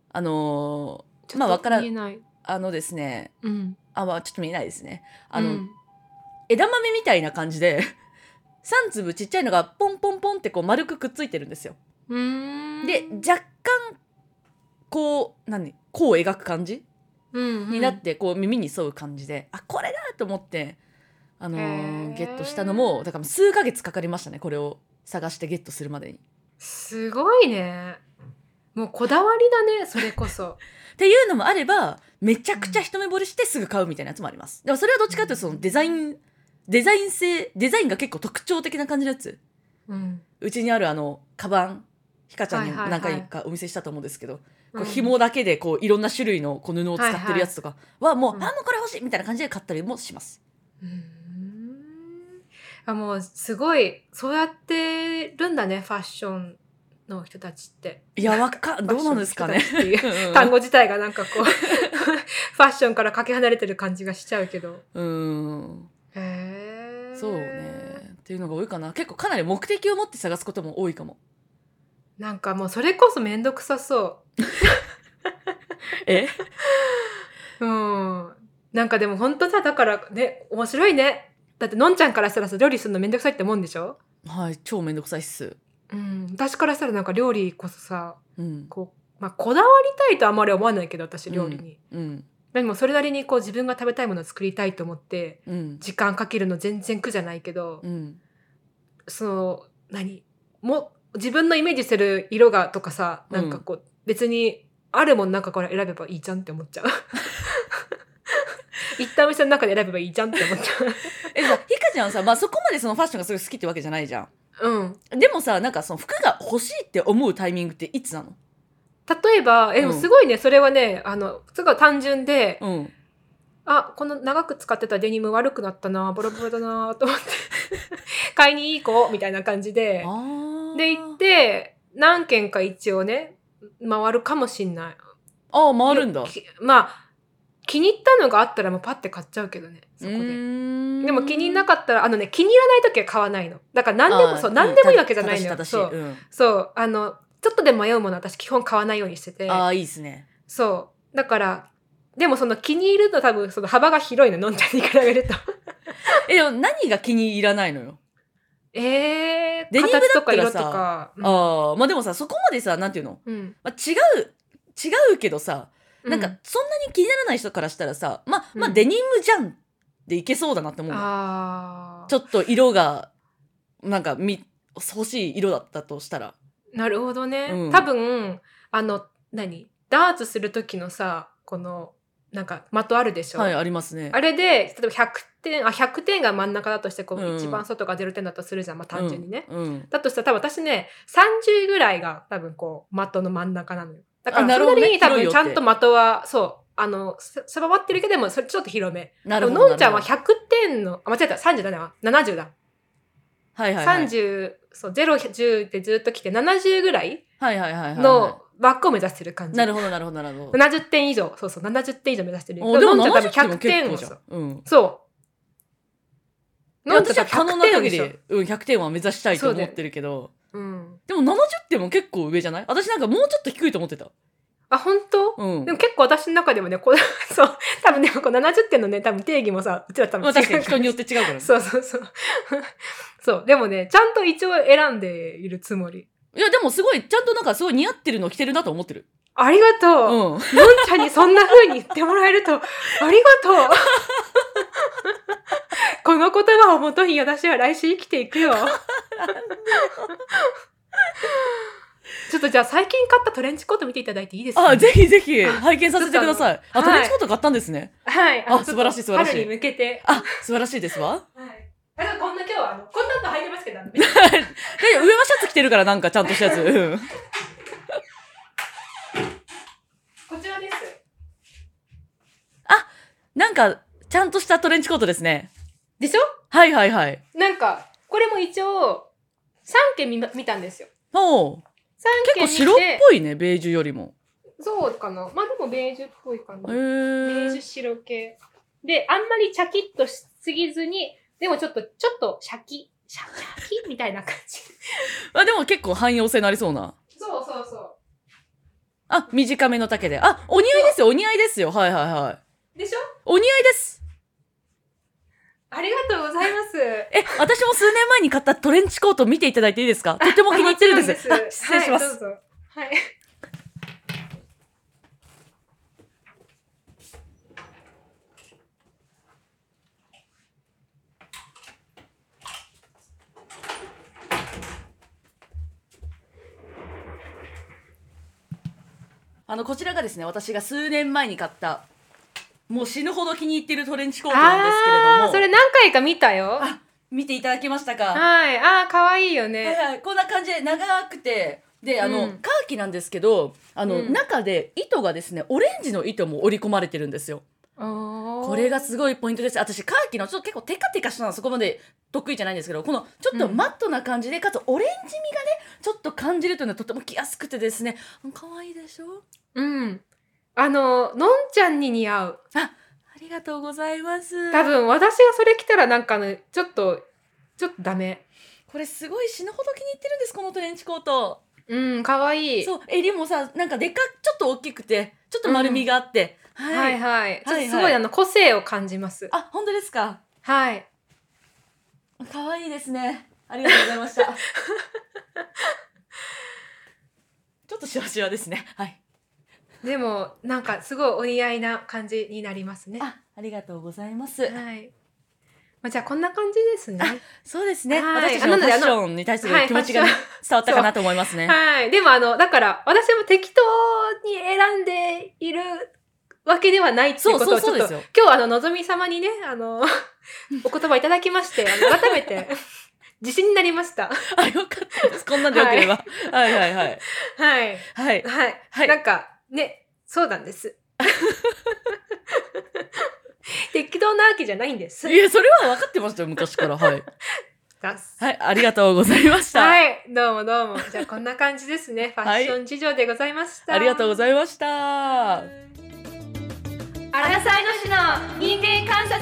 Speaker 1: わからん、ですね、ちょっと見えないですね。枝豆みたいな感じで3粒ちっちゃいのがポンポンポンってこう丸くくっついてるんですよ。で若干こうを描く感じ、になっ
Speaker 2: て、
Speaker 1: てこう耳に沿う感じで、あこれだと思ってゲットしたのもだから数ヶ月かかりましたね、これを探してゲットするまでに。
Speaker 2: すごいね。もうこだわりだね、それこそ。
Speaker 1: っていうのもあれば、めちゃくちゃ一目惚れしてすぐ買うみたいなやつもあります。でもそれはどっちかというとそのデザインが結構特徴的な感じのやつ。うちにあるカバン、ひかちゃんに何回かお見せしたと思うんですけど、こう紐だけでこういろんな種類のこう布を使ってるやつとかはもう、もうこれ欲しいみたいな感じで買ったりもします。
Speaker 2: もうすごいそうやってるんだね、ファッションの人たちって。
Speaker 1: いやどうなんですかね
Speaker 2: っていう単語自体がなんかこうファッションからかけ離れてる感じがしちゃうけど。へえ。
Speaker 1: そうねっていうのが多いかな。結構かなり目的を持って探すことも多いかも。
Speaker 2: なんかもうそれこそめんどくさそうなんかでも本当さ、だからね、面白いね。だってのんちゃんからしたらさ、料理するのめんどくさいって思うんでしょ。
Speaker 1: はい、超めんどくさいっす。
Speaker 2: 私からしたらなんか料理こそさ、こうこだわりたいとあんまり思わないけど、私料理に、でもそれなりにこう自分が食べたいものを作りたいと思って、時間かけるの全然苦じゃないけど、そのもう自分のイメージする色がとかさ、なんかこう、別にあるもん中から選べばいいじゃんって思っちゃう行ったお店の中で選べばいいじゃんって思っちゃう
Speaker 1: ひかちゃんはさ、そこまでそのファッションがすごい好きってわけじゃないじゃ
Speaker 2: ん。
Speaker 1: でもさ、なんかその服が欲しいって思うタイミングっていつなの？
Speaker 2: 例えばでもすごいね、それはねすごい単純で、この長く使ってたデニム悪くなったな、ボロボロだなと思って買いに行こうみたいな感じで行って何軒か一応ね回るかもしんない。
Speaker 1: 回るんだ。
Speaker 2: 気に入ったのがあったらもうパッて買っちゃうけどね、そこで。でも気に入らなかったら気に入らない時は買わないの。だから何でもいいわけじゃないのよ。そうちょっとでも迷うもの私基本買わないようにしてて。
Speaker 1: いいですね。
Speaker 2: そうだからでもその気に入ると多分その幅が広いの、のんちゃんに比べると
Speaker 1: でも何が気に入らないのよ。
Speaker 2: デニムだったらさ、形とか色とか、
Speaker 1: でもさ、そこまでさ、なんていうの、違うけどさ、なんかそんなに気にならない人からしたらさ、デニムじゃんっていけそうだなって思うの。ちょっと色がなんか欲しい色だったとしたら。
Speaker 2: なるほどね、多分ダーツする時のさ、このなんか的あるでしょ。
Speaker 1: はい、ありますね。
Speaker 2: あれで例えば100点が真ん中だとして、こう、一番外が0点だとするじゃん、単純にね、だとしたら多分私ね30ぐらいが多分こう的の真ん中なのよ。だからそれなりに多分ちゃんと的は狭まってるけども、それちょっと広め。のんちゃんは100点の間違えた、30だね、70だ。30、0、10でずっと来て70ぐらいの枠を目指してる感じ。
Speaker 1: なるほどなるほどなるほど。
Speaker 2: 70点以上、そう70点以上目指してる。
Speaker 1: でものんちゃん多分100点をそう私は可能な限り100点は目指したいと思ってるけど、でも70点も結構上じゃない？私なんかもうちょっと低いと思ってた。
Speaker 2: 本当？でも結構私の中でもね、そう多分ね、こう70点のね多分定義もさ、うちら多分違う。
Speaker 1: 確かに人によって違うからね。
Speaker 2: そうそうでもね、ちゃんと一応選んでいるつもり。
Speaker 1: いやでもすごいちゃんとなんかすごい似合ってるの着てるなと思ってる。
Speaker 2: ありがとう。のんちゃんにそんな風に言ってもらえるとありがとうこの言葉をもとに私は来週生きていくよちょっとじゃあ最近買ったトレンチコート見ていただいていいですか？
Speaker 1: ぜひぜひ拝見させてください。トレンチコート買ったんんですね。
Speaker 2: はい。
Speaker 1: 素晴らしい素晴らしい。
Speaker 2: 春に向けて。
Speaker 1: 素晴らしいですわ。
Speaker 2: はい。こんな今日はこんなの履いてますけど。
Speaker 1: 上はシャツ着てるからなんかちゃんとしたやつ。
Speaker 2: こちらです。
Speaker 1: なんかちゃんとしたトレンチコートですね。
Speaker 2: でしょ？
Speaker 1: はいはいはい。
Speaker 2: なんかこれも一応3件見たんですよ。
Speaker 1: 結構白っぽいね、ベージュよりも。
Speaker 2: そうかな。でもベージュっぽい感じ。ベージュ白系で、あんまりチャキッとしすぎずに、でもちょっとシャキみたいな感じ
Speaker 1: でも結構汎用性のありそうな。
Speaker 2: そう
Speaker 1: 短めの丈で。お似合いですよ、お似合いですよ。はいはいはい。
Speaker 2: でしょ？
Speaker 1: お似合いです。
Speaker 2: ありがとうございます。
Speaker 1: 私も数年前に買ったトレンチコート見ていただいていいですか？とても気に入ってるんです。失礼します。
Speaker 2: はい。
Speaker 1: こちらがですね、私が数年前に買ったもう死ぬほど気に入ってるトレンチコートなんですけれども、
Speaker 2: それ何回か見たよ。
Speaker 1: 見ていただけましたか？
Speaker 2: はい。可愛いよね。
Speaker 1: はい、こんな感じで長くて、でカーキなんですけど、中で糸がですね、オレンジの糸も織り込まれてるんですよ。これがすごいポイントです。私カーキのちょっと結構テカテカしたのはそこまで得意じゃないんですけど、このちょっとマットな感じで、かつオレンジ味がねちょっと感じるというのはとても着やすくてですね、可愛いでしょ。
Speaker 2: のんちゃんに似合う。
Speaker 1: ありがとうございます。
Speaker 2: 多分私がそれ着たらなんかね、ちょっとダメ。
Speaker 1: これすごい死ぬほど気に入ってるんです、このトレンチコート。
Speaker 2: 可愛い。
Speaker 1: そう、襟もさ、なんかちょっと大きくて、ちょっと丸みがあって、
Speaker 2: はい。ちょっとすごい個性を感じます。
Speaker 1: 本当ですか？
Speaker 2: はい。
Speaker 1: 可愛いですね。ありがとうございました。ちょっとシワシワですね。はい。
Speaker 2: でもなんかすごいお似合いな感じになりますね。
Speaker 1: ありがとうございます。
Speaker 2: はい。じゃあこんな感じですね。
Speaker 1: そうですね。私たちのファッションに対する気持ちが、伝わったかなと思いますね。
Speaker 2: はい。でもだから私も適当に選んでいるわけではないっていうことをちょっと今日のぞみ様にねお言葉いただきまして改めて自信になりました。
Speaker 1: よかったです。こんなんでよければ。はい。
Speaker 2: なんかね、そうなんです。適当なわけじゃないんです。
Speaker 1: いや、それは分かってましたよ、昔から。はい。はい、ありがとうございました。
Speaker 2: はい、どうも。じゃあこんな感じですね。ファッション事情でございました。
Speaker 1: ありがとうございました。
Speaker 2: アラサイの市の人間観察。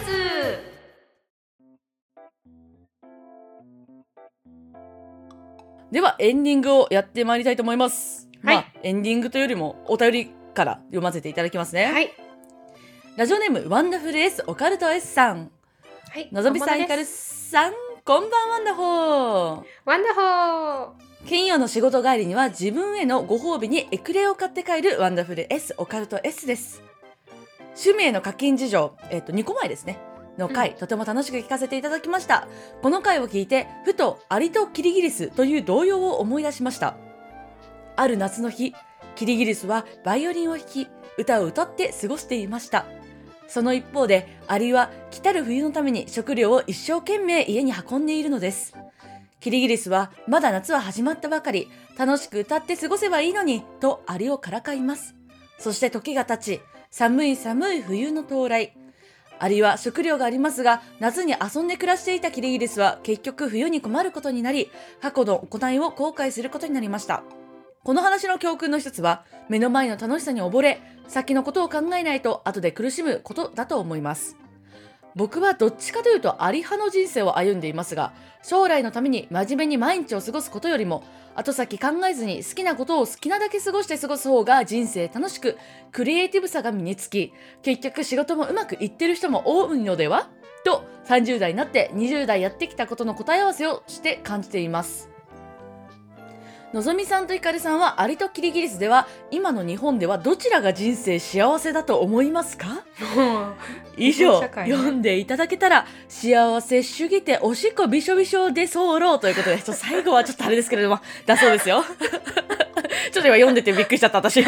Speaker 1: ではエンディングをやってまいりたいと思います。エンディングというよりもお便りから読ませていただきますね。
Speaker 2: はい。
Speaker 1: ラジオネームワンダフル S オカルト S さん。
Speaker 2: はい。
Speaker 1: のぞみさん、ひかるさん、こんばんワンダホー。
Speaker 2: ワンダホー。
Speaker 1: 金曜の仕事帰りには自分へのご褒美にエクレアを買って帰るワンダフル S オカルト S です。趣味への課金事情、2個前ですねの回、とても楽しく聞かせていただきました。この回を聞いてふとアリとキリギリスという童謡を思い出しました。ある夏の日、キリギリスはバイオリンを弾き歌を歌って過ごしていました。その一方でアリは来たる冬のために食料を一生懸命家に運んでいるのです。キリギリスはまだ夏は始まったばかり、楽しく歌って過ごせばいいのにとアリをからかいます。そして時が経ち、寒い冬の到来。アリは食料がありますが、夏に遊んで暮らしていたキリギリスは結局冬に困ることになり、過去の行いを後悔することになりました。この話の教訓の一つは、目の前の楽しさに溺れ、先のことを考えないと後で苦しむことだと思います。僕はどっちかというとアリ派の人生を歩んでいますが、将来のために真面目に毎日を過ごすことよりも、後先考えずに好きなことを好きなだけ過ごす方が人生楽しく、クリエイティブさが身につき、結局仕事もうまくいってる人も多いのではと、30代になって20代やってきたことの答え合わせをして感じています。のぞみさんとひかるさんはアリとキリギリスでは今の日本ではどちらが人生幸せだと思いますか？以上、読んでいただけたら幸せ主義ておしっこびしょびしょで候ということで、最後はちょっとあれですけれどもだそうですよ。ちょっと今読んでてびっくりしちゃった私。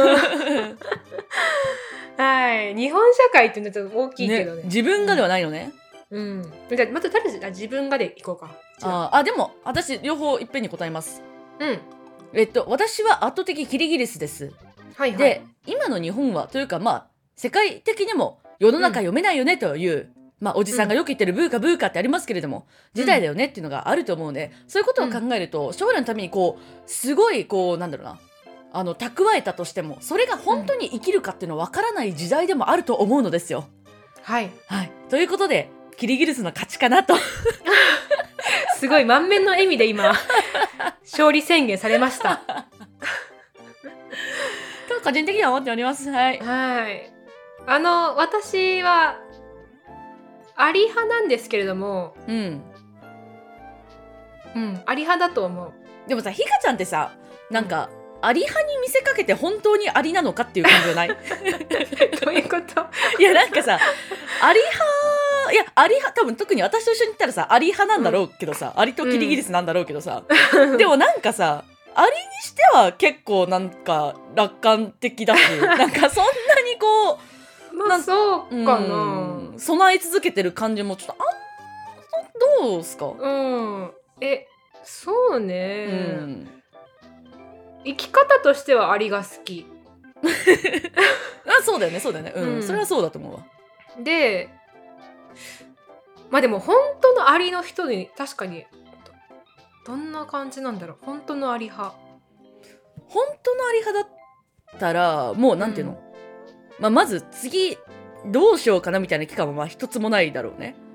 Speaker 2: はい、日本社会っていうのはちょっと大きいけどね。
Speaker 1: 自分がではないのね。
Speaker 2: じゃあまた自分がでいこうか。
Speaker 1: でも私両方いっぺんに答えます。私は圧倒的キリギリスです。で、今の日本はというか世界的にも世の中読めないよねという、おじさんがよく言ってるブーカってありますけれども、時代だよねっていうのがあると思うので、そういうことを考えると、将来のためにすごいなんだろうな、蓄えたとしてもそれが本当に生きるかっていうのは分からない時代でもあると思うのですよ。ということでキリギリスの勝ちかなと。
Speaker 2: すごい満面の笑みで今勝利宣言されました。
Speaker 1: と個人的には思っております。私
Speaker 2: はアリ派なんですけれども、アリ派だと思う。
Speaker 1: でもさ、ひかちゃんってさ、なんか、アリ派に見せかけて本当にアリなのかっていう感じじゃない？ど
Speaker 2: ういうこと？
Speaker 1: いや、なんかさ、アリ派、いやアリ派、多分特に私と一緒に行ったらさアリ派なんだろうけどさ、アリとキリギリスなんだろうけどさ、でもなんかさ、 アリにしては結構なんか楽観的だしなんかそんなにこう
Speaker 2: まあそうかな、
Speaker 1: 備え続けてる感じもちょっとどうすか？
Speaker 2: そうね、生き方としてはアリが好き
Speaker 1: そうだよねそうだよね、それはそうだと思うわ。
Speaker 2: でまあでも本当のアリの人に確かにどんな感じなんだろう。本当のアリ派
Speaker 1: だったらもうなんていうの、まず次どうしようかなみたいな期間はまあ一つもないだろうね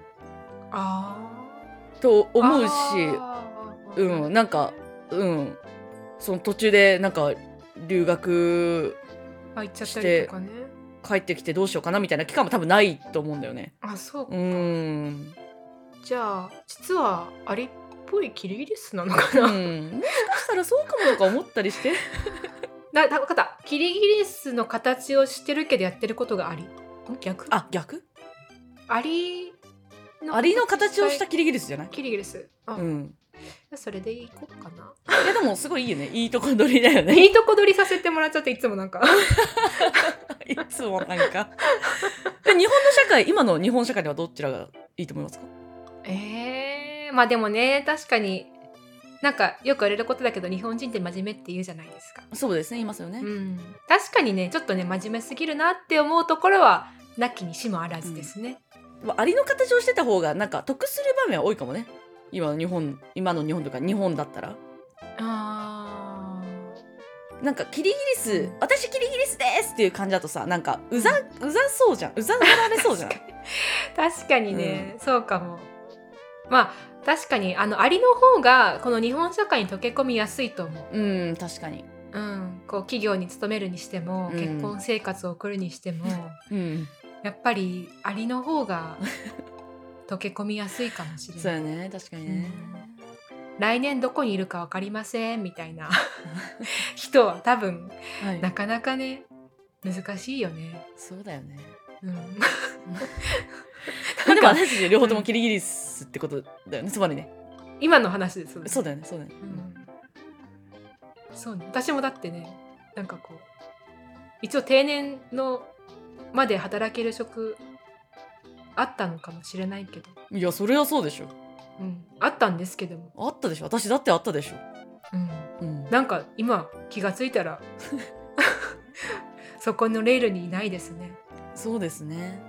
Speaker 1: と思うし、なんかその途中でなんか留学
Speaker 2: 行っちゃったりとかね、
Speaker 1: 帰ってきてどうしようかなみたいな期間も多分ないと思うんだよね。
Speaker 2: そうか。じゃあ実はアリっぽいキリギリスなのかな、もし
Speaker 1: かしたらそうかもとか思ったりして
Speaker 2: 分かった。キリギリスの形をしてるけどやってることがアリ。逆アリ
Speaker 1: の形をしたキリギリスじゃない？
Speaker 2: キリギリス。それでいこうかな。
Speaker 1: いやでもすごいいいよね。いいとこ取りだよね。
Speaker 2: いいとこ取りさせてもらっちゃって、いつもなんか
Speaker 1: いつもなんか日本の社会、今の日本社会ではどちらがいいと思いますか？
Speaker 2: まあでもね、確かになんかよく言われることだけど、日本人って真面目って言うじゃないですか。
Speaker 1: そうですね、言いますよね。
Speaker 2: 確かにね、ちょっとね真面目すぎるなって思うところはなきにしもあらずですね。
Speaker 1: アリの形をしてた方がなんか得する場面は多いかもね。今の日本とか日本だったら。なんかキリギリス、私キリギリスですっていう感じだとさ、なんかうざそうじゃん。うざがられそうじゃん。
Speaker 2: 確かにね、そうかも。まあ確かにアリの方がこの日本社会に溶け込みやすいと思う。
Speaker 1: 確かに。
Speaker 2: こう企業に勤めるにしても、結婚生活を送るにしても、やっぱりアリの方が溶け込みやすいかもしれない。
Speaker 1: そうやね、確かにね。
Speaker 2: 来年どこにいるか分かりませんみたいな人は多分、なかなかね難しいよね。
Speaker 1: そうだよね。
Speaker 2: なん
Speaker 1: か私たち両方ともキリギリスってことだよね。つまりね。
Speaker 2: 今の話です。
Speaker 1: そうだよね。そうだよね。
Speaker 2: そうね。私もだってね、なんかこう一応定年のまで働ける職あったのかもしれないけど。
Speaker 1: いや、それはそうでしょ。
Speaker 2: あったんですけども。
Speaker 1: あったでしょ。私だってあったでしょ。
Speaker 2: なんか今気がついたらそこのレールにいないですね。
Speaker 1: そうですね。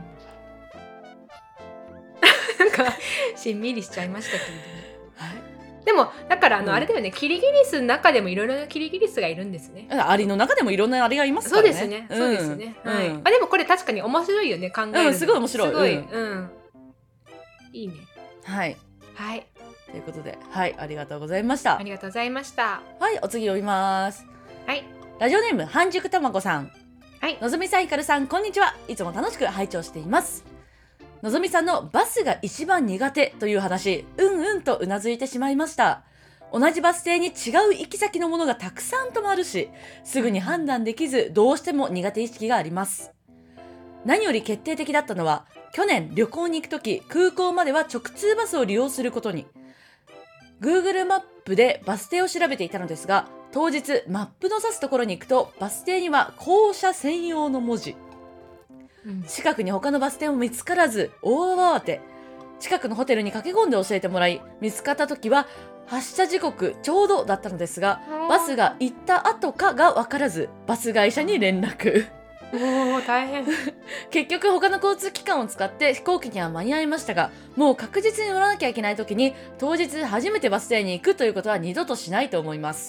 Speaker 2: なんかしんみりしちゃいましたけれども。でもだからあれだよね、キリギリスの中でもいろいろなキリギリスがいるんですね。
Speaker 1: アリの中でもいろんなアリがいますからね。
Speaker 2: そうですね。でもこれ確かに面白いよね、考えるの。
Speaker 1: すごい面白い。すごい。
Speaker 2: いいね。
Speaker 1: はい。ということで、ありがとうございました。
Speaker 2: ありがとうございました。
Speaker 1: お次読みます。ラジオネーム半熟たまごさん。のぞみさん、ひかるさん、こんにちは。いつも楽しく拝聴しています。のぞみさんのバスが一番苦手という話、とうなずいてしまいました。同じバス停に違う行き先のものがたくさん止まるし、すぐに判断できず、どうしても苦手意識があります。何より決定的だったのは、去年旅行に行くとき、空港までは直通バスを利用することに。Google マップでバス停を調べていたのですが、当日マップの指すところに行くと、バス停には降車専用の文字。近くに他のバス停も見つからず大慌て。近くのホテルに駆け込んで教えてもらい、見つかった時は発車時刻ちょうどだったのですが、バスが行った後かが分からず、バス会社に連絡。
Speaker 2: 大変。
Speaker 1: 結局他の交通機関を使って飛行機には間に合いましたが、もう確実に乗らなきゃいけない時に当日初めてバス停に行くということは二度としないと思います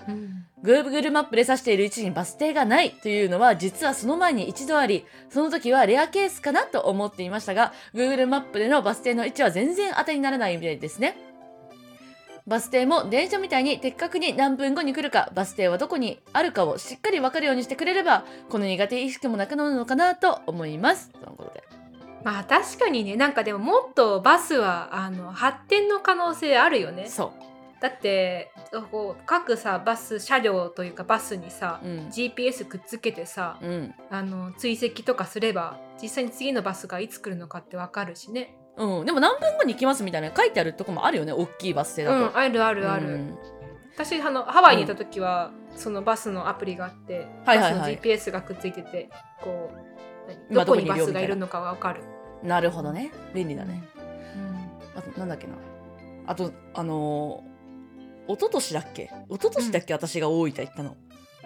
Speaker 1: 。Google マップで指している位置にバス停がないというのは実はその前に一度あり、その時はレアケースかなと思っていましたが、 Google マップでのバス停の位置は全然当てにならないみたいですね。バス停も電車みたいに的確に何分後に来るか、バス停はどこにあるかをしっかり分かるようにしてくれれば、この苦手意識もなくなるのかなと思います。ということで、
Speaker 2: まあ確かにね、なんかでももっとバスは発展の可能性あるよね。
Speaker 1: そう
Speaker 2: だってこう各さバス車両というかバスにさ、GPS くっつけてさ、追跡とかすれば実際に次のバスがいつ来るのかって分かるしね。
Speaker 1: でも何分後に来ますみたいな書いてあるとこもあるよね、大きいバス停だと。
Speaker 2: ある。 私ハワイにいた時は、そのバスのアプリがあって、バスの GPS がくっついてて、こうどこにバスがいるのかわかる。
Speaker 1: なるほどね、便利だね。あとなんだっけな、あと一昨年だっけ私が大分行ったの。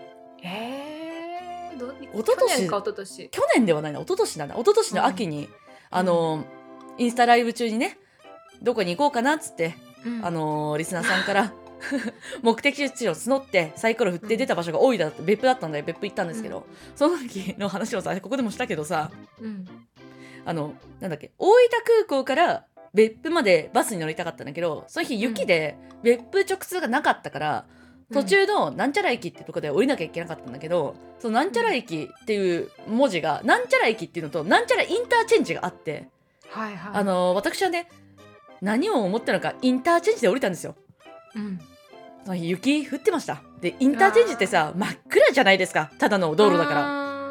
Speaker 2: 一昨年か一昨年。
Speaker 1: 去年ではないな、一昨年なんだ。一昨年の秋に、インスタライブ中にね、どこに行こうかなっつって、リスナーさんから目的地を募ってサイコロ振って出た場所が大分だった、別府だったんだよ。別府行ったんですけど、その時の話をさ、ここでもしたけどさ、なんだっけ、大分空港から別府までバスに乗りたかったんだけど、その日雪で別府直通がなかったから、途中のなんちゃら駅ってとこで降りなきゃいけなかったんだけど、そのなんちゃら駅っていう文字がなんちゃら駅っていうのとなんちゃらインターチェンジがあって、私はね、何を思ったのかインターチェンジで降りたんですよ。その日雪降ってました。でインターチェンジってさ、真っ暗じゃないですか、ただの道路だから。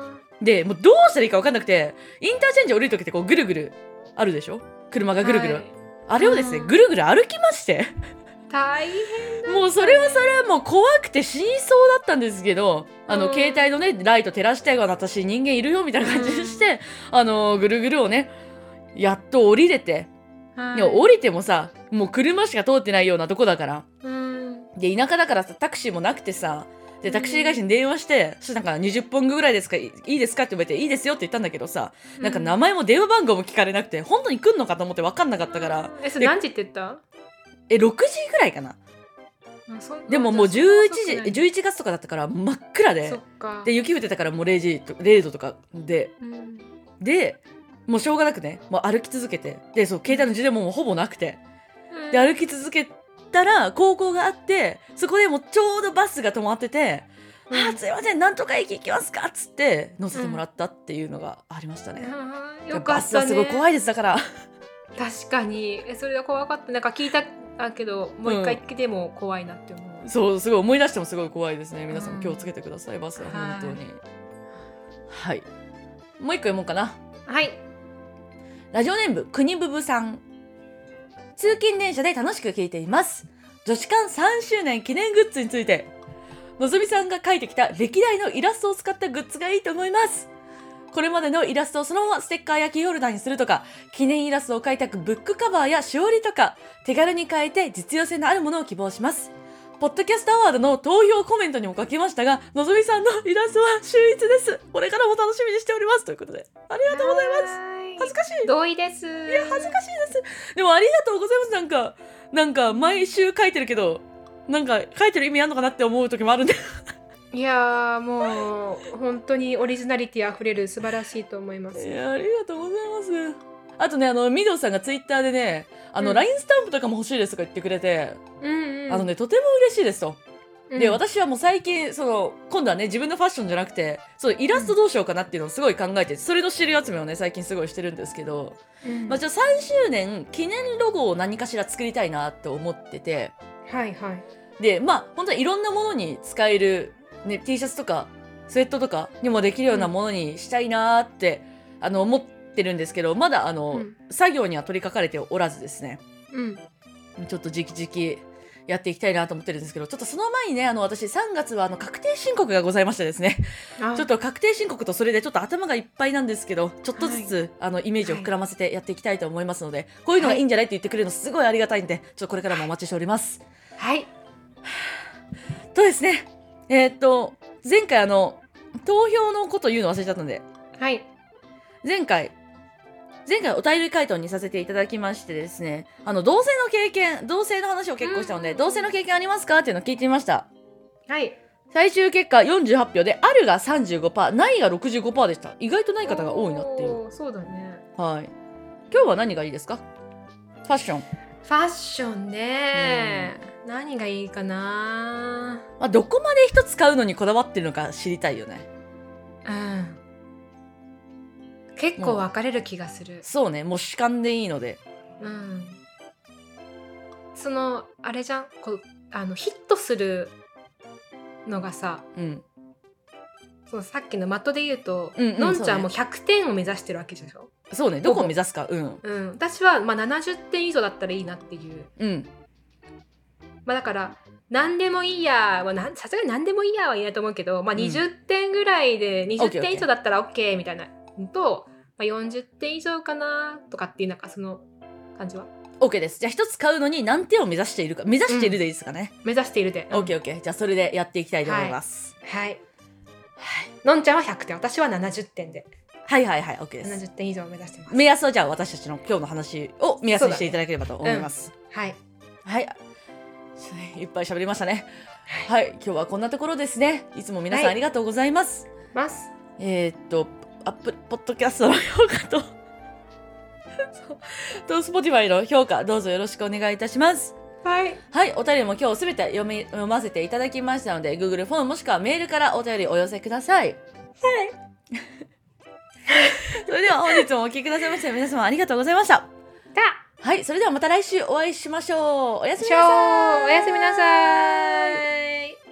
Speaker 1: でもうどうしたらいいか分かんなくて、インターチェンジ降りる時ってこうぐるぐるあるでしょ、車がぐるぐる、あれをですね、ぐるぐる歩きまして
Speaker 2: 大変だ、ね、
Speaker 1: もうそれはもう怖くて死にそうだったんですけど、携帯のねライト照らして私人間いるよみたいな感じにして、ぐるぐるをねやっと降りれて、でも降りてもさ、もう車しか通ってないようなとこだから、で田舎だからさ、タクシーもなくてさ、でタクシー会社に電話して、そしたらなんか20分ぐらいですか、いいですかって言われて、いいですよって言ったんだけどさ、なんか名前も電話番号も聞かれなくて、本当に来んのかと思って分かんなかったから。
Speaker 2: それ何時って言った？
Speaker 1: 6時ぐらいかな。でももう11月とかだったから真っ暗で、で雪降ってたからもう0度とかで、でもうしょうがなくね、もう歩き続けて、でそう携帯の充電ももうほぼなくて、で歩き続けたら高校があって、そこでもうちょうどバスが止まってて、すいません、なんとか駅行きますかっつって乗せてもらったっていうのがありましたね。
Speaker 2: よかったね。バ
Speaker 1: スはすごい怖いです、だから
Speaker 2: 確かにそれは怖かった。なんか聞いたけど、もう一回来ても怖いなって思う。
Speaker 1: そうすごい思い出してもすごい怖いですね。皆さん気をつけてください、バスは本当に。はい、もう一個読もうかな。
Speaker 2: はい。
Speaker 1: ラジオネーム国ブブさん。通勤電車で楽しく聞いています。女子館3周年記念グッズについて、のぞみさんが描いてきた歴代のイラストを使ったグッズがいいと思います。これまでのイラストをそのままステッカーやキーホルダーにするとか、記念イラストを描いたブックカバーやしおりとか、手軽に変えて実用性のあるものを希望します。ポッドキャストアワードの投票コメントにも書きましたが、のぞみさんのイラストは秀逸です。これからも楽しみにしております。ということで、ありがとうございます。恥ずかしい。
Speaker 2: 同意です。い
Speaker 1: や恥ずかしいです。でもありがとうございます。なんか毎週書いてるけど、なんか書いてる意味あんのかなって思う時もあるんで
Speaker 2: いやもう本当にオリジナリティあふれる素晴らしいと思います。
Speaker 1: いやありがとうございます。あとね、ミドさんがツイッターでね、LINE スタンプとかも欲しいですとか言ってくれて、とても嬉しいですと。で、私はもう最近今度はね、自分のファッションじゃなくて、イラストどうしようかなっていうのをすごい考えて、それの資料集めをね最近すごいしてるんですけど、じゃあ3周年記念ロゴを何かしら作りたいなって思ってて、で本当にいろんなものに使える、ね、T シャツとかスウェットとかにもできるようなものにしたいなって思ってるんですけど、まだ作業には取り掛かれておらずですね、ちょっとじきやっていきたいなと思ってるんですけど、ちょっとその前にね、私3月は確定申告がございましてですね、ちょっと確定申告とそれでちょっと頭がいっぱいなんですけど、ちょっとずつ、イメージを膨らませてやっていきたいと思いますので、こういうのがいいんじゃないって言ってくれるのすごいありがたいんで、ちょっとこれからもお待ちしております。とですね、前回投票のこと言うの忘れちゃったんで、前回お便り回答にさせていただきましてですね、同性の話を結構したので、同性の経験ありますかっていうのを聞いてみました。最終結果48票で、あるが 35%、 ないが 65% でした。意外とない方が多いなっていう。
Speaker 2: そうだね。
Speaker 1: はい。今日は何がいいですか？ファッションね、
Speaker 2: 何がいいかな。
Speaker 1: どこまで人使うのにこだわってるのか知りたいよね。
Speaker 2: 結構分かれる気がする。
Speaker 1: そうね、もう主観でいいので、
Speaker 2: あれじゃん、ヒットするのがさ、さっきの的で言うと、のんちゃんも100点を目指してるわけでしょ。
Speaker 1: そうね、どこを目指すか。
Speaker 2: 私は70点以上だったらいいなっていう。 だから何でもいいやはさすがに何でもいいやは言えないと思うけど、20点ぐらいで20点以上だったら OK みたいなのと、40点以上かなとかっていうなんかその感じは
Speaker 1: OK です。じゃあ一つ買うのに何点を目指しているか、目指しているでいいですかね。
Speaker 2: 目指しているで。
Speaker 1: OK。じゃあそれでやっていきたいと思います。
Speaker 2: はい。のんちゃんは100点、私は70点で。
Speaker 1: はい、OK です。
Speaker 2: 70点以上を目指してます。
Speaker 1: 目安はじゃあ私たちの今日の話を目安にしていただければと思います。はい。いっぱい喋りましたね。はい、今日はこんなところですね。いつも皆さんありがとうございます。アップルポッドキャストの評価とSpotify の評価どうぞよろしくお願いいたします。はい、お便りも今日すべて読ませていただきましたので Google フォームもしくはメールからお便りお寄せください。それでは本日もお聞きくださいまして皆様ありがとうございました。はい、それではまた来週お会いしましょう。おやすみなさい。
Speaker 2: おやすみなさい。